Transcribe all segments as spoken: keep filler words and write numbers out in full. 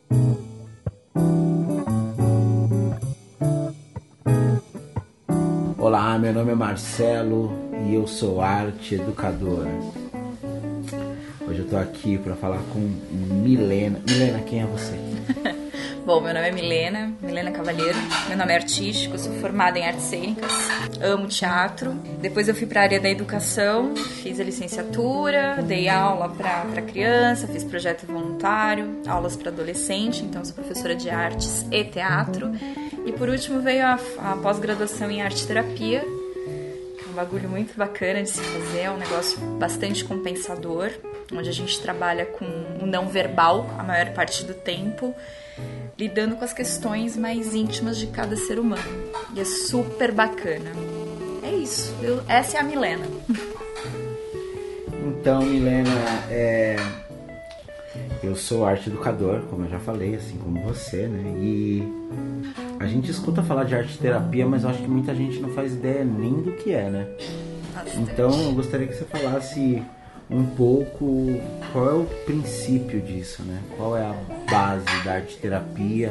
Olá, meu nome é Marcelo e eu sou arte educador. Hoje eu tô aqui para falar com Milena. Milena, quem é você? Bom, meu nome é Milena, Milena Cavalheiro, meu nome é artístico, eu sou formada em artes cênicas, amo teatro. Depois eu fui para a área da educação, fiz a licenciatura, dei aula para criança, fiz projeto voluntário, aulas para adolescente, então sou professora de artes e teatro. E por último veio a, a pós-graduação em arte-terapia, que é um bagulho muito bacana de se fazer, é um negócio bastante compensador, onde a gente trabalha com o não verbal a maior parte do tempo, lidando com as questões mais íntimas de cada ser humano. E é super bacana. É isso. Eu, essa é a Milena. Então, Milena, é... eu sou arte educador, como eu já falei, assim como você, né? E a gente escuta falar de arte terapia, mas eu acho que muita gente não faz ideia nem do que é, né? Bastante. Então, eu gostaria que você falasse um pouco qual é o princípio disso, né? Qual é a base da arte terapia?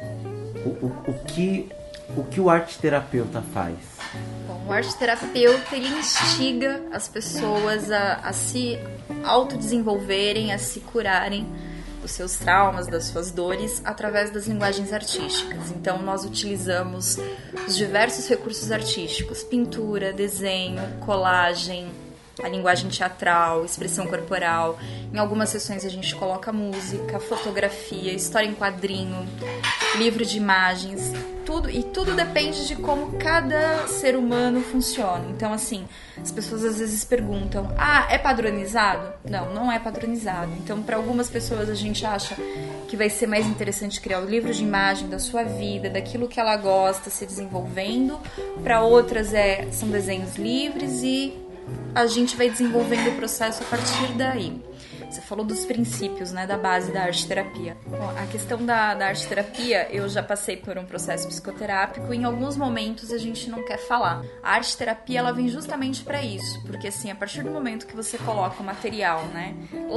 O, o, o, que, o que o arte terapeuta faz? Bom, o arte terapeuta ele instiga as pessoas a, a se autodesenvolverem, a se curarem dos seus traumas, das suas dores, através das linguagens artísticas. Então, nós utilizamos os diversos recursos artísticos: pintura, desenho, colagem, a linguagem teatral, expressão corporal. Em algumas sessões a gente coloca música, fotografia, história em quadrinho, livro de imagens, tudo, e tudo depende de como cada ser humano funciona. Então, assim, as pessoas às vezes perguntam: ah, é padronizado? Não, não é padronizado. Então, para algumas pessoas a gente acha que vai ser mais interessante criar o livro de imagem da sua vida, daquilo que ela gosta, se desenvolvendo. Para outras é, são desenhos livres e a gente vai desenvolvendo o processo a partir daí. Você falou dos princípios, né, da base da arte-terapia. Bom, a questão da, da arte-terapia, eu já passei por um processo psicoterápico e em alguns momentos a gente não quer falar. A arte-terapia, ela vem justamente para isso, porque assim, a partir do momento que você coloca o material, né,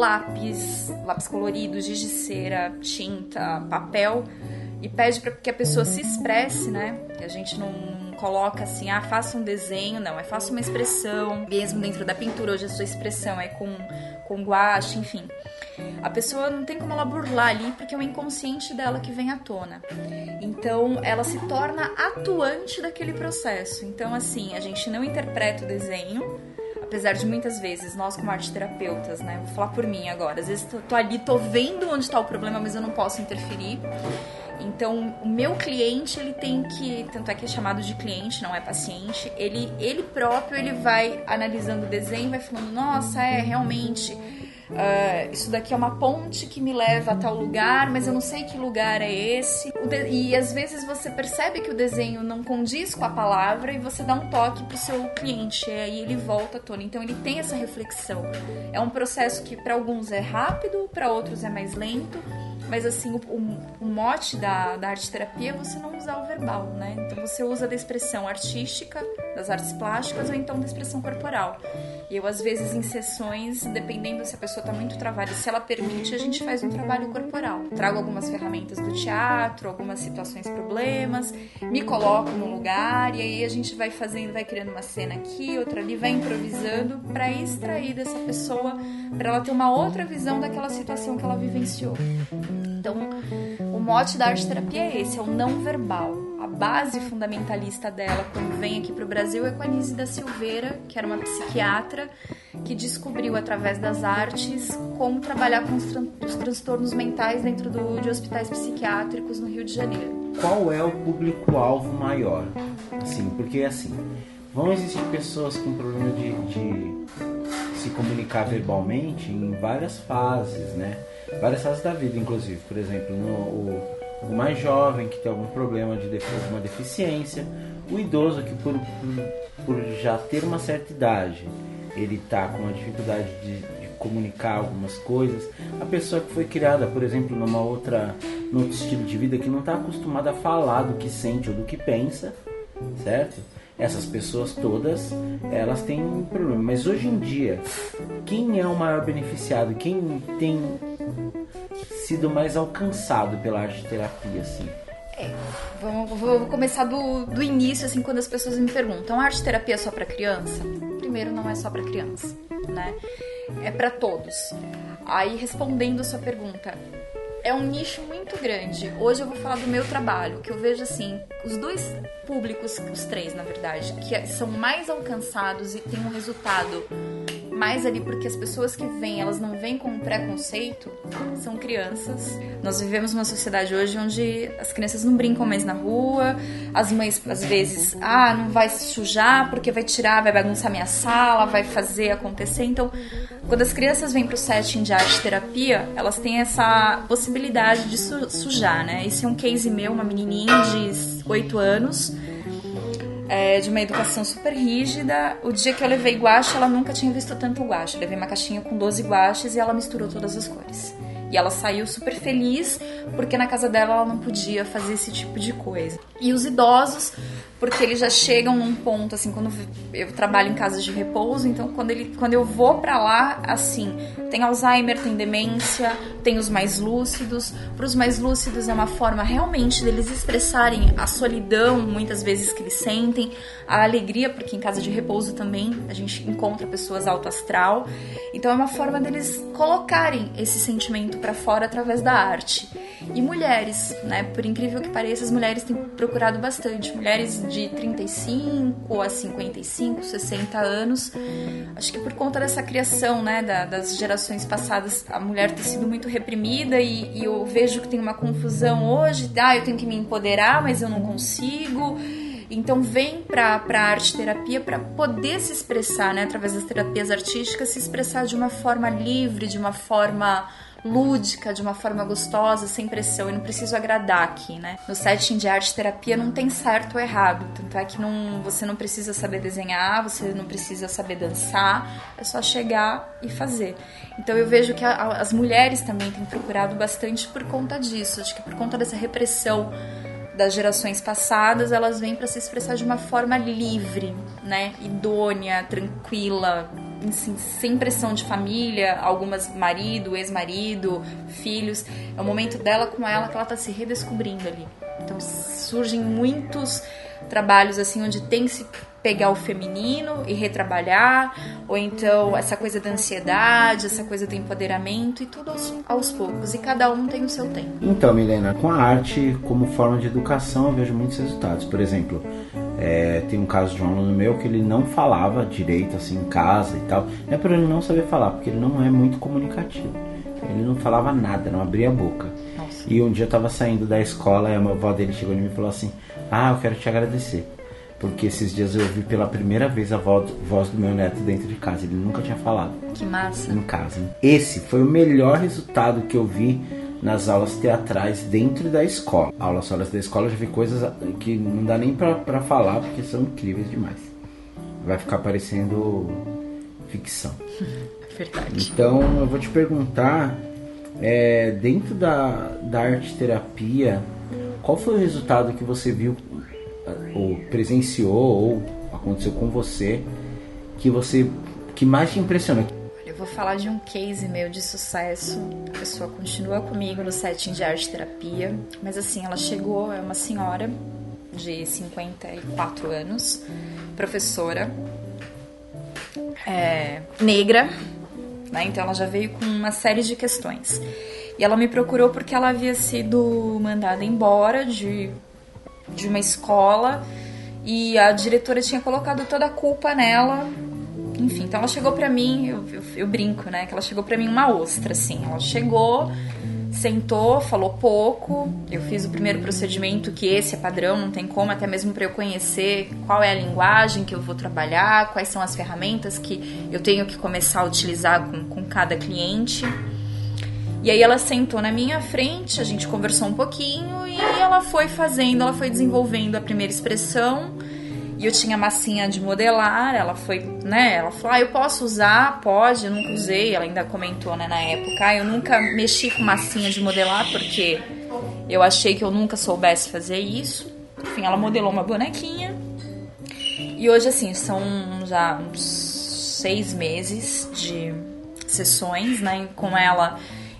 lápis, lápis colorido, giz de cera, tinta, papel, e pede para que a pessoa se expresse, né, que a gente não coloca assim, ah, faça um desenho, não, é faça uma expressão, mesmo dentro da pintura, hoje a sua expressão é com, com guache, enfim. A pessoa não tem como ela burlar ali, porque é o inconsciente dela que vem à tona. Então, ela se torna atuante daquele processo. Então, assim, a gente não interpreta o desenho, apesar de muitas vezes, nós como arte-terapeutas, né, vou falar por mim agora, às vezes tô, tô ali, tô vendo onde está o problema, mas eu não posso interferir. Então, o meu cliente, ele tem que, tanto é que é chamado de cliente, não é paciente, ele, ele próprio, ele vai analisando o desenho, vai falando, nossa, é, realmente, uh, isso daqui é uma ponte que me leva a tal lugar, mas eu não sei que lugar é esse. De- e às vezes você percebe que o desenho não condiz com a palavra e você dá um toque pro seu cliente, e aí ele volta à tona. Então, ele tem essa reflexão. É um processo que para alguns é rápido, para outros é mais lento. Mas assim, o, o, o mote da, da arte-terapia é você não usar o verbal, né? Então você usa da expressão artística, das artes plásticas, ou então da expressão corporal. E eu, às vezes, em sessões, dependendo se a pessoa está muito travada, se ela permite, a gente faz um trabalho corporal. Trago algumas ferramentas do teatro, algumas situações, problemas, me coloco no lugar, e aí a gente vai fazendo, vai criando uma cena aqui, outra ali, vai improvisando para extrair dessa pessoa, para ela ter uma outra visão daquela situação que ela vivenciou. Então, o mote da arte-terapia é esse, é o não verbal. A base fundamentalista dela, quando vem aqui para o Brasil, é com a Anísia da Silveira, que era uma psiquiatra que descobriu, através das artes, como trabalhar com os, tran- os transtornos mentais dentro do, de hospitais psiquiátricos no Rio de Janeiro. Qual é o público-alvo maior? Assim, porque, assim, vão existir pessoas com problema de, de se comunicar verbalmente em várias fases, né? Várias fases da vida, inclusive. Por exemplo, no, o, o mais jovem que tem algum problema de defi- alguma deficiência, o idoso que por, por, por já ter uma certa idade, ele está com uma dificuldade de, de comunicar algumas coisas. A pessoa que foi criada, por exemplo, numa outra, num outro estilo de vida, que não está acostumada a falar do que sente ou do que pensa, certo? Essas pessoas todas, elas têm um problema. Mas hoje em dia, quem é o maior beneficiado? Quem tem sido mais alcançado pela arte terapia, assim? É, vamos, vou começar do, do início, assim, quando as pessoas me perguntam, a arte terapia é só pra criança? Primeiro, não é só pra criança, né? É pra todos. Aí, respondendo a sua pergunta, é um nicho muito grande. Hoje eu vou falar do meu trabalho, que eu vejo, assim, os dois públicos, os três, na verdade, que são mais alcançados e têm um resultado mais ali, porque as pessoas que vêm, elas não vêm com um preconceito, são crianças. Nós vivemos uma sociedade hoje onde as crianças não brincam mais na rua, as mães, às vezes, ah, não vai se sujar porque vai tirar, vai bagunçar minha sala, vai fazer acontecer. Então, quando as crianças vêm pro setting de arte terapia, elas têm essa possibilidade de su- sujar, né? Esse é um case meu, uma menininha de oito anos, É, de uma educação super rígida. O dia que eu levei guache, ela nunca tinha visto tanto guache. Eu levei uma caixinha com doze guaches e ela misturou todas as cores. E ela saiu super feliz, porque na casa dela ela não podia fazer esse tipo de coisa. E os idosos, porque eles já chegam num ponto, assim, quando eu trabalho em casas de repouso, então quando, ele, quando eu vou pra lá, assim, tem Alzheimer, tem demência, tem os mais lúcidos. Para os mais lúcidos é uma forma realmente deles expressarem a solidão, muitas vezes, que eles sentem, a alegria, porque em casa de repouso também a gente encontra pessoas alto astral. Então é uma forma deles colocarem esse sentimento para fora através da arte. E mulheres, né? Por incrível que pareça, as mulheres têm procurado bastante. Mulheres de trinta e cinco a cinquenta e cinco, sessenta anos. Acho que por conta dessa criação, né, da, das gerações passadas, a mulher tem sido muito reprimida e, e eu vejo que tem uma confusão hoje. Ah, eu tenho que me empoderar, mas eu não consigo. Então vem para a arte terapia para poder se expressar, né, através das terapias artísticas, se expressar de uma forma livre, de uma forma lúdica, de uma forma gostosa, sem pressão. Eu não preciso agradar aqui, né? No setting de arte terapia não tem certo ou errado. Tanto é que não, você não precisa saber desenhar, você não precisa saber dançar, é só chegar e fazer. Então eu vejo que a, a, as mulheres também têm procurado bastante por conta disso. Acho que por conta dessa repressão das gerações passadas, elas vêm para se expressar de uma forma livre, né? Idônea, tranquila, assim, sem pressão de família, algumas marido, ex-marido, filhos. É o momento dela com ela que ela tá se redescobrindo ali. Então surgem muitos trabalhos assim onde tem que se pegar o feminino e retrabalhar, ou então essa coisa da ansiedade, essa coisa do empoderamento, e tudo aos, aos poucos, e cada um tem o seu tempo. Então, Milena, com a arte como forma de educação eu vejo muitos resultados. Por exemplo, é, tem um caso de um aluno meu que ele não falava direito assim em casa e tal. Não é por ele não saber falar, porque ele não é muito comunicativo. Ele não falava nada, não abria a boca. Nossa. E um dia eu tava saindo da escola e a avó dele chegou em mim e falou assim: ah, eu quero te agradecer, porque esses dias eu ouvi pela primeira vez a voz, voz do meu neto dentro de casa. Ele nunca tinha falado. Que massa. Em casa. Esse foi o melhor resultado que eu vi nas aulas teatrais dentro da escola. Aulas aulas da escola eu já vi coisas que não dá nem pra, pra falar, porque são incríveis demais. Vai ficar parecendo ficção. Verdade. Então eu vou te perguntar, é, dentro da, da arte terapia, qual foi o resultado que você viu ou presenciou ou aconteceu com você que você que mais te impressionou? Eu vou falar de um case meu de sucesso. A pessoa continua comigo no setting de arte terapia, mas assim, ela chegou, é uma senhora de cinquenta e quatro anos, professora, é, negra, né? Então ela já veio com uma série de questões. E ela me procurou porque ela havia sido mandada embora de de uma escola e a diretora tinha colocado toda a culpa nela. Enfim, então ela chegou pra mim, eu, eu, eu brinco, né, que ela chegou pra mim uma ostra, assim. Ela chegou, sentou, falou pouco. Eu fiz o primeiro procedimento, que esse é padrão, não tem como, até mesmo pra eu conhecer qual é a linguagem que eu vou trabalhar, quais são as ferramentas que eu tenho que começar a utilizar com, com cada cliente. E aí ela sentou na minha frente, a gente conversou um pouquinho e ela foi fazendo, ela foi desenvolvendo a primeira expressão. E eu tinha massinha de modelar, ela foi, né, ela falou, ah, eu posso usar? Pode, eu nunca usei. Ela ainda comentou, né, na época, ah, eu nunca mexi com massinha de modelar porque eu achei que eu nunca soubesse fazer isso. Enfim, ela modelou uma bonequinha. E hoje, assim, são já uns seis meses de sessões, né, com ela.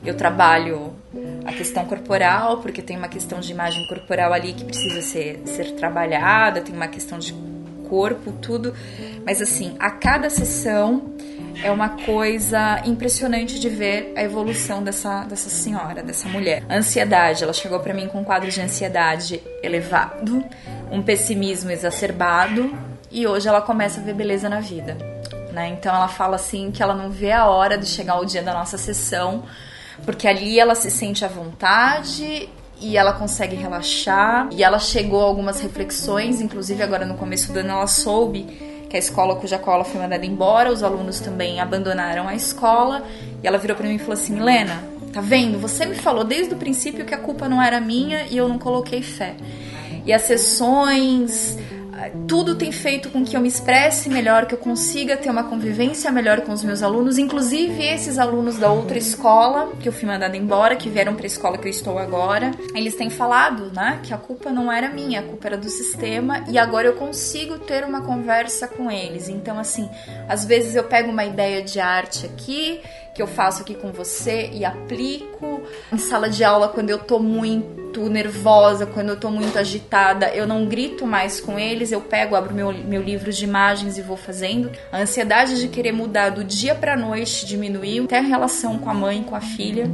Eu trabalho a questão corporal, porque tem uma questão de imagem corporal ali que precisa ser, ser trabalhada, tem uma questão de corpo, tudo. Mas assim, a cada sessão é uma coisa impressionante de ver a evolução dessa, dessa senhora, dessa mulher. A ansiedade, ela chegou pra mim com um quadro de ansiedade elevado, um pessimismo exacerbado, e hoje ela começa a ver beleza na vida, né? Então ela fala assim que ela não vê a hora de chegar o dia da nossa sessão, porque ali ela se sente à vontade e ela consegue relaxar. E ela chegou a algumas reflexões, inclusive agora no começo do ano ela soube que a escola cuja qual ela foi mandada embora, os alunos também abandonaram a escola, e ela virou pra mim e falou assim: Milena, tá vendo? Você me falou desde o princípio que a culpa não era minha e eu não coloquei fé. E as sessões, tudo tem feito com que eu me expresse melhor, que eu consiga ter uma convivência melhor com os meus alunos, inclusive esses alunos da outra escola que eu fui mandada embora, que vieram para a escola que eu estou agora. Eles têm falado, né, que a culpa não era minha, a culpa era do sistema, e agora eu consigo ter uma conversa com eles. Então, assim, às vezes eu pego uma ideia de arte aqui, que eu faço aqui com você e aplico. Em sala de aula, quando eu tô muito nervosa, quando eu tô muito agitada, eu não grito mais com eles, eu pego, abro meu, meu livro de imagens e vou fazendo. A ansiedade de querer mudar do dia pra noite diminuiu, até a relação com a mãe, com a filha,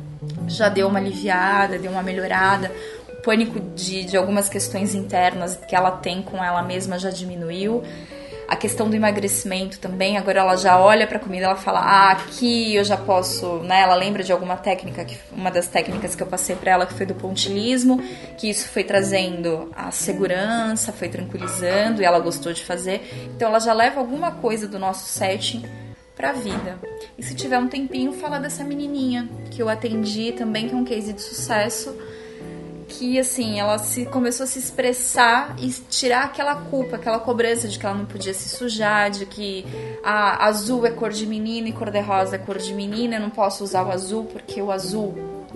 já deu uma aliviada, deu uma melhorada. O pânico de, de algumas questões internas que ela tem com ela mesma já diminuiu. A questão do emagrecimento também, agora ela já olha pra comida, ela fala, ah, aqui eu já posso, né? Ela lembra de alguma técnica, que, uma das técnicas que eu passei pra ela, que foi do pontilismo, que isso foi trazendo a segurança, foi tranquilizando, e ela gostou de fazer. Então ela já leva alguma coisa do nosso setting pra vida. E se tiver um tempinho, fala dessa menininha que eu atendi também, que é um case de sucesso, que, assim, ela se, começou a se expressar e tirar aquela culpa, aquela cobrança de que ela não podia se sujar, de que a azul é cor de menino e cor-de-rosa é cor de menina, eu não posso usar o azul porque o azul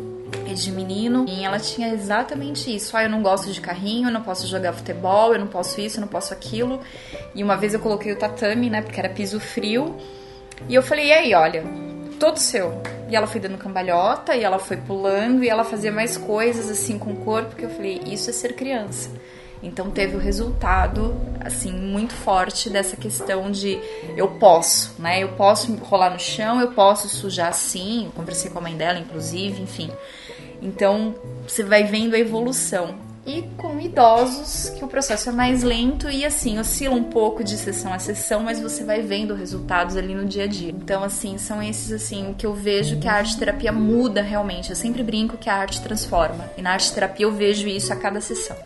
é de menino. E ela tinha exatamente isso. Ah, eu não gosto de carrinho, eu não posso jogar futebol, eu não posso isso, eu não posso aquilo. E uma vez eu coloquei o tatame, né, porque era piso frio, e eu falei, e aí, olha, todo seu. E ela foi dando cambalhota, e ela foi pulando, e ela fazia mais coisas assim com o corpo, que eu falei, isso é ser criança. Então teve o resultado, assim, muito forte dessa questão de eu posso, né? Eu posso rolar no chão, eu posso sujar sim, eu conversei com a mãe dela, inclusive, enfim. Então você vai vendo a evolução. E com idosos, que o processo é mais lento e, assim, oscila um pouco de sessão a sessão, mas você vai vendo resultados ali no dia a dia. Então, assim, são esses, assim, o que eu vejo que a arte-terapia muda realmente. Eu sempre brinco que a arte transforma. E na arte-terapia eu vejo isso a cada sessão.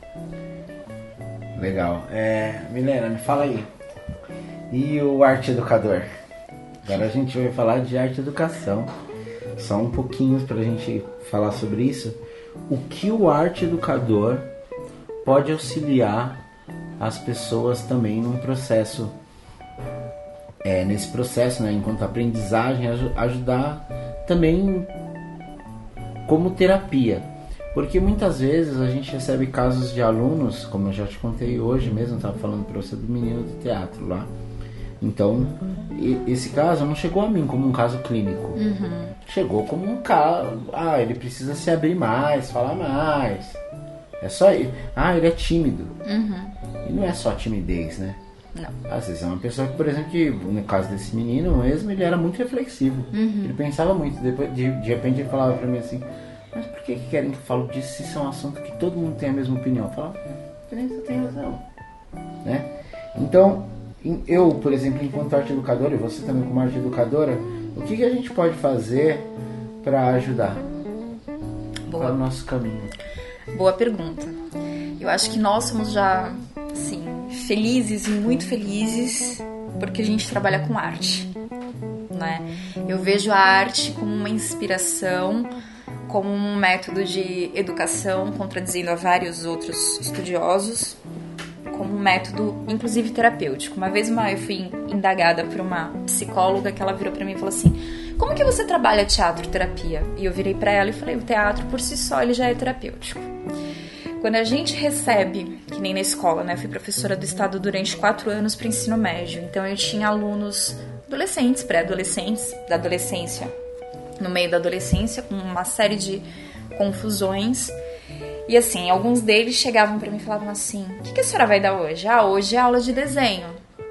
Legal. É, Milena, me fala aí. E o arte-educador? Agora a gente vai falar de arte-educação. Só um pouquinho pra gente falar sobre isso. O que o arte-educador pode auxiliar as pessoas também num processo, é, nesse processo, né, enquanto aprendizagem, ajudar também como terapia. Porque muitas vezes a gente recebe casos de alunos, como eu já te contei hoje mesmo, eu estava falando para você do menino do teatro lá. Então, esse caso não chegou a mim como um caso clínico. Uhum. Chegou como um caso, ah, ele precisa se abrir mais, falar mais. É só ele. Ah, ele é tímido. Uhum. E não é só timidez, né? Não. Às vezes é uma pessoa que, por exemplo, que no caso desse menino mesmo, ele era muito reflexivo. Uhum. Ele pensava muito. Depois, de, de repente ele falava pra mim assim, mas por que, que querem que eu fale disso se isso é um assunto que todo mundo tem a mesma opinião? Eu falava, você tem razão. Né? Então, eu, por exemplo, enquanto arte educadora, e você também como arte educadora, o que, que a gente pode fazer para ajudar? Boa. Para o nosso caminho? Boa pergunta. Eu acho que nós somos já, assim, felizes e muito felizes porque a gente trabalha com arte, né? Eu vejo a arte como uma inspiração, como um método de educação, contradizendo a vários outros estudiosos, como um método, inclusive terapêutico. Uma vez uma, eu fui indagada por uma psicóloga que ela virou pra mim e falou assim, como que você trabalha teatro terapia? E eu virei pra ela e falei, o teatro por si só ele já é terapêutico. Quando a gente recebe, que nem na escola, né? Eu fui professora do estado durante quatro anos para ensino médio. Então eu tinha alunos adolescentes, pré-adolescentes, da adolescência no meio da adolescência, com uma série de confusões. E assim, alguns deles chegavam pra mim e falavam assim: o que, que a senhora vai dar hoje? Ah, hoje é aula de desenho.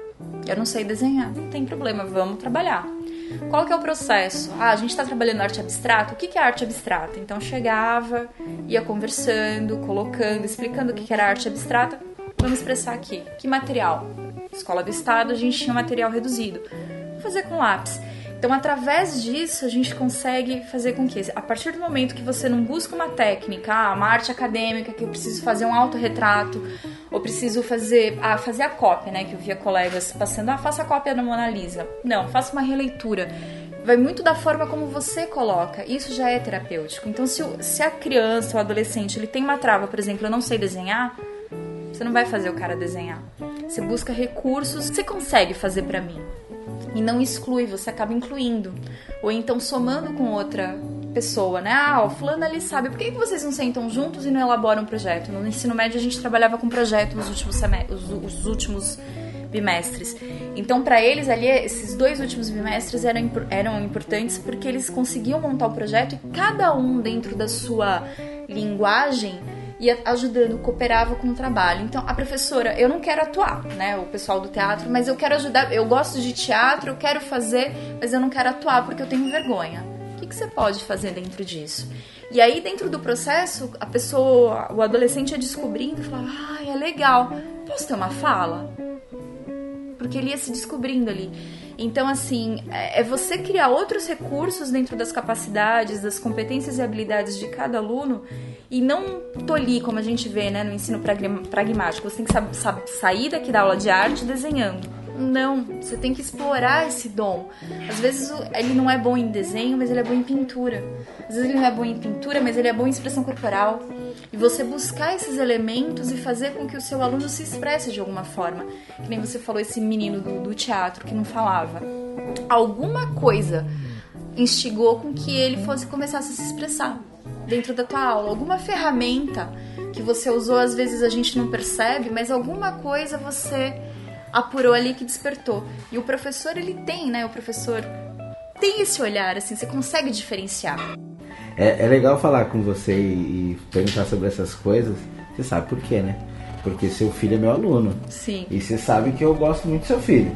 Eu não sei desenhar. Não tem problema, vamos trabalhar. Qual que é o processo? Ah, a gente tá trabalhando arte abstrata. O que, que é arte abstrata? Então chegava, ia conversando, colocando, explicando o que, que era arte abstrata. Vamos expressar aqui. Que material? Escola do Estado, a gente tinha material reduzido. Vou fazer com lápis. Então, através disso, a gente consegue fazer com que, a partir do momento que você não busca uma técnica, ah, uma arte acadêmica, que eu preciso fazer um autorretrato, ou preciso fazer, ah, fazer a cópia, né, que eu via colegas passando, ah, faça a cópia da Mona Lisa. Não, faça uma releitura. Vai muito da forma como você coloca. Isso já é terapêutico. Então, se, o, se a criança ou adolescente ele tem uma trava, por exemplo, eu não sei desenhar, você não vai fazer o cara desenhar. Você busca recursos que você consegue fazer pra mim. E não exclui, você acaba incluindo. Ou então somando com outra pessoa, né? Ah, o fulano ali sabe. Por que vocês não sentam juntos e não elaboram um projeto? No ensino médio a gente trabalhava com projeto nos últimos, semestres, os, os últimos bimestres. Então, para eles ali, esses dois últimos bimestres eram, eram importantes porque eles conseguiam montar o projeto e cada um dentro da sua linguagem ia ajudando, cooperava com o trabalho. Então, a professora, eu não quero atuar, né, o pessoal do teatro, mas eu quero ajudar, eu gosto de teatro, eu quero fazer, mas eu não quero atuar porque eu tenho vergonha. O que, que você pode fazer dentro disso? E aí, dentro do processo, a pessoa, o adolescente ia descobrindo e falava, ah, é legal, posso ter uma fala? Porque ele ia se descobrindo ali. Então, assim, é você criar outros recursos dentro das capacidades, das competências e habilidades de cada aluno e não tolir, como a gente vê, né, no ensino pragmático. Você tem que saber, sabe, sair daqui da aula de arte desenhando. Não, você tem que explorar esse dom. Às vezes ele não é bom em desenho, mas ele é bom em pintura. Às vezes ele não é bom em pintura, mas ele é bom em expressão corporal. E você buscar esses elementos e fazer com que o seu aluno se expresse de alguma forma. Que nem você falou, esse menino do, do teatro que não falava. Alguma coisa instigou com que ele fosse começasse a se expressar dentro da tua aula. Alguma ferramenta que você usou, às vezes a gente não percebe, mas alguma coisa você apurou ali que despertou. E o professor, ele tem, né? O professor tem esse olhar, assim, você consegue diferenciar. É, é legal falar com você e, e perguntar sobre essas coisas. Você sabe por quê, né? Porque seu filho é meu aluno. Sim. E você sabe que eu gosto muito do seu filho.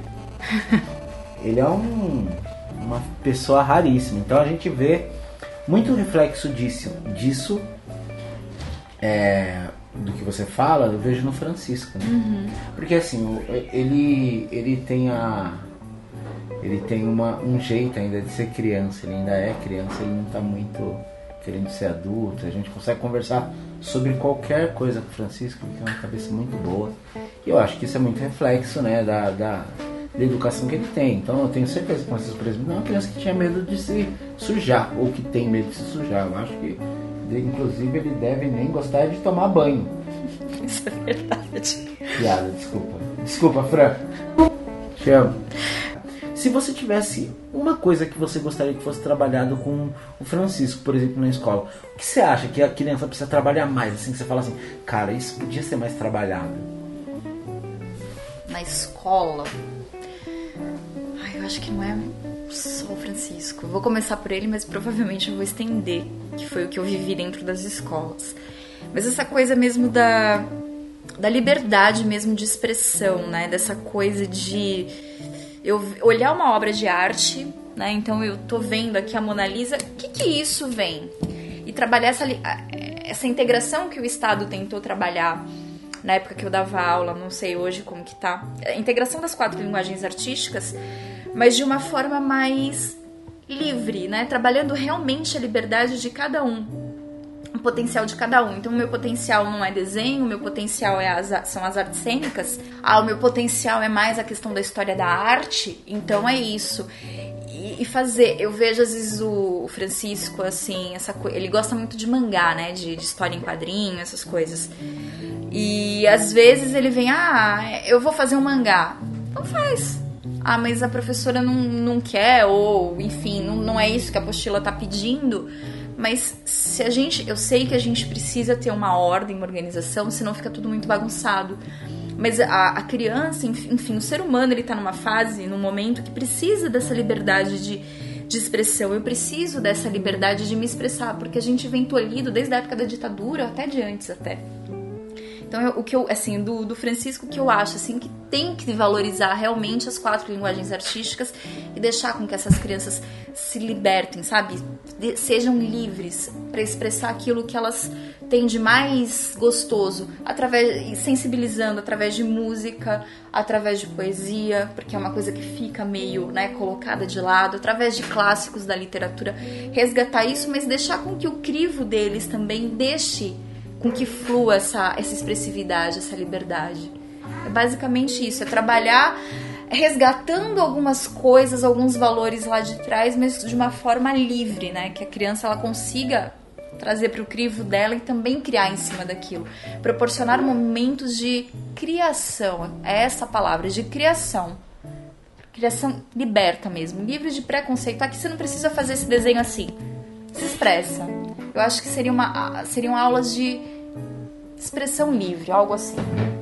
Ele é um, uma pessoa raríssima. Então a gente vê muito reflexo disso. disso é, do que você fala, eu vejo no Francisco, né? Uhum. Porque assim, ele, ele tem a... Ele tem uma, um jeito ainda de ser criança. Ele ainda é criança, ele não está muito querendo ser adulto. A gente consegue conversar sobre qualquer coisa com o Francisco, ele tem uma cabeça muito boa. E eu acho que isso é muito reflexo, né, da, da, da educação que ele tem. Então eu tenho certeza que o Francisco, por exemplo, não é uma criança que tinha medo de se sujar, ou que tem medo de se sujar. Eu acho que, inclusive, ele deve nem gostar de tomar banho. Isso é verdade. Piada, desculpa. Desculpa, Fran. Te amo. Se você tivesse uma coisa que você gostaria que fosse trabalhado com o Francisco, por exemplo, na escola, o que você acha que a criança precisa trabalhar mais? Assim, que você fala assim, cara, isso podia ser mais trabalhado. Na escola? Ai, eu acho que não é só o Francisco. Eu vou começar por ele, mas provavelmente eu vou estender, que foi o que eu vivi dentro das escolas. Mas essa coisa mesmo da, da liberdade mesmo de expressão, né? Dessa coisa de... eu olhar uma obra de arte, né? Então eu tô vendo aqui a Mona Lisa, o que que isso vem? E trabalhar essa, essa integração que o Estado tentou trabalhar na época que eu dava aula, não sei hoje como que tá, a integração das quatro linguagens artísticas, mas de uma forma mais livre, né? Trabalhando realmente a liberdade de cada um, o potencial de cada um. Então o meu potencial não é desenho, o meu potencial é as, são as artes cênicas, ah, o meu potencial é mais a questão da história da arte, então é isso. E, e fazer, eu vejo às vezes o Francisco, assim, essa co... ele gosta muito de mangá, né, de, de história em quadrinho, essas coisas. E às vezes ele vem, ah, eu vou fazer um mangá. Então faz. Ah, mas a professora não, não quer, ou enfim, não, não é isso que a apostila tá pedindo. Mas se a gente, eu sei que a gente precisa ter uma ordem, uma organização, senão fica tudo muito bagunçado. Mas a, a criança, enfim, o ser humano, ele tá numa fase, num momento que precisa dessa liberdade de de expressão, eu preciso dessa liberdade de me expressar, porque a gente vem tolhido desde a época da ditadura, até de antes até. Então, eu, o que eu, assim, do, do Francisco, que eu acho, assim, que tem que valorizar realmente as quatro linguagens artísticas e deixar com que essas crianças se libertem, sabe? De, sejam livres para expressar aquilo que elas têm de mais gostoso, através, sensibilizando através de música, através de poesia, porque é uma coisa que fica meio, né, colocada de lado, através de clássicos da literatura, resgatar isso, mas deixar com que o crivo deles também deixe com que flua essa, essa expressividade, essa liberdade. É basicamente isso, é trabalhar resgatando algumas coisas, alguns valores lá de trás, mas de uma forma livre, né? Que a criança ela consiga trazer para o crivo dela e também criar em cima daquilo. Proporcionar momentos de criação, é essa palavra, de criação. Criação liberta mesmo, livre de preconceito. Aqui você não precisa fazer esse desenho assim. Se expressa. Eu acho que seria uma, seriam aulas de expressão livre, algo assim.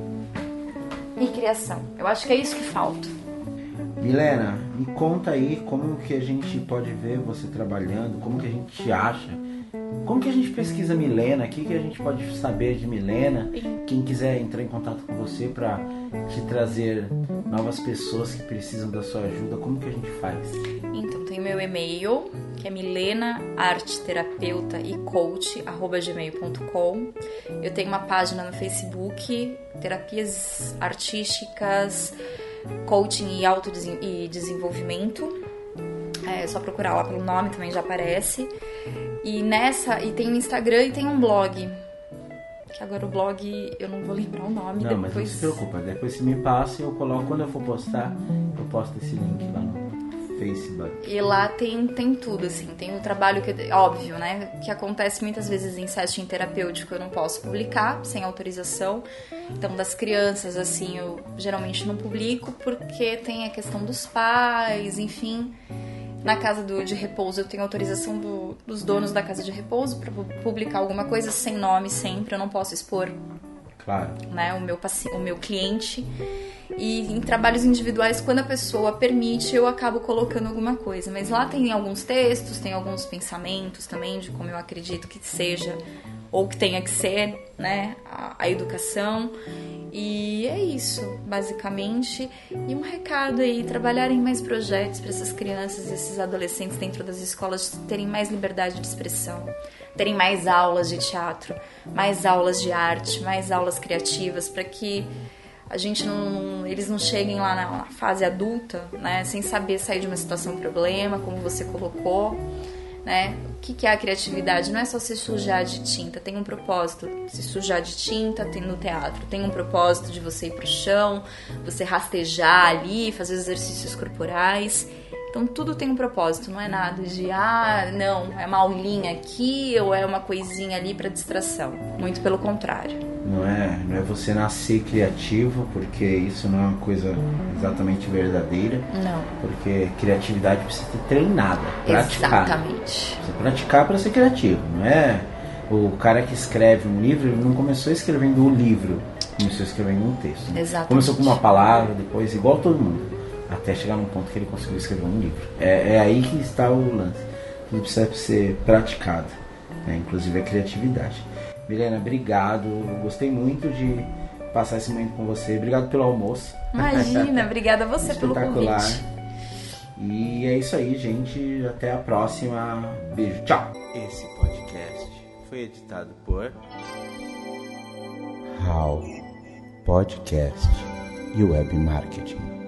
E criação. Eu acho que é isso que falta. Milena, me conta aí como que a gente pode ver você trabalhando, como que a gente acha, como que a gente pesquisa Milena, o que, que a gente pode saber de Milena, quem quiser entrar em contato com você para te trazer novas pessoas que precisam da sua ajuda, como que a gente faz? Então, tem meu e-mail, que é milena arte terapeuta e coach arroba gmail ponto com. Eu tenho uma página no Facebook, Terapias Artísticas, Coaching e Autodesenvolvimento. É só procurar lá pelo nome, também já aparece. E nessa, e tem um Instagram e tem um blog. Que agora o blog, eu não vou lembrar o nome. Não, depois... mas não se preocupa, depois você me passa e eu coloco, quando eu for postar, eu posto esse link lá no Facebook. E lá tem, tem tudo, assim, tem o trabalho que, óbvio, né, que acontece muitas vezes em setting terapêutico, eu não posso publicar sem autorização. Então, das crianças, assim, eu geralmente não publico porque tem a questão dos pais, enfim. Na casa do, de repouso eu tenho autorização do, dos donos da casa de repouso para publicar alguma coisa sem nome sempre, eu não posso expor, claro, né, o, meu, o meu cliente. E em trabalhos individuais, quando a pessoa permite, eu acabo colocando alguma coisa. Mas lá tem alguns textos, tem alguns pensamentos também de como eu acredito que seja, ou que tenha que ser, né, a, a educação. E é isso, basicamente. E um recado aí, trabalharem mais projetos para essas crianças e esses adolescentes dentro das escolas terem mais liberdade de expressão, terem mais aulas de teatro, mais aulas de arte, mais aulas criativas, para que a gente não, eles não cheguem lá na fase adulta, né, sem saber sair de uma situação problema, como você colocou, né? O que, que é a criatividade? Não é só se sujar de tinta, tem um propósito. Se sujar de tinta, tem no teatro, tem um propósito de você ir pro chão, você rastejar ali, fazer exercícios corporais. Então tudo tem um propósito, não é nada de, ah, não, é uma aulinha aqui ou é uma coisinha ali para distração. Muito pelo contrário. Não é, não é você nascer criativo, porque isso não é uma coisa exatamente verdadeira. Não. Porque criatividade precisa ser treinada, praticada. Exatamente. Você praticar para ser criativo, não é? O cara que escreve um livro, ele não começou escrevendo o livro, começou escrevendo um texto. Exatamente. Começou com uma palavra, depois igual todo mundo. Até chegar num ponto que ele conseguiu escrever um livro. É, é aí que está o lance. Tudo precisa ser praticado, né? Inclusive a criatividade. Milena, obrigado. Eu gostei muito de passar esse momento com você. Obrigado pelo almoço. Imagina, obrigada a você pelo convite. E é isso aí, gente. Até a próxima. Beijo, tchau. Esse podcast foi editado por How Podcast e Web Marketing.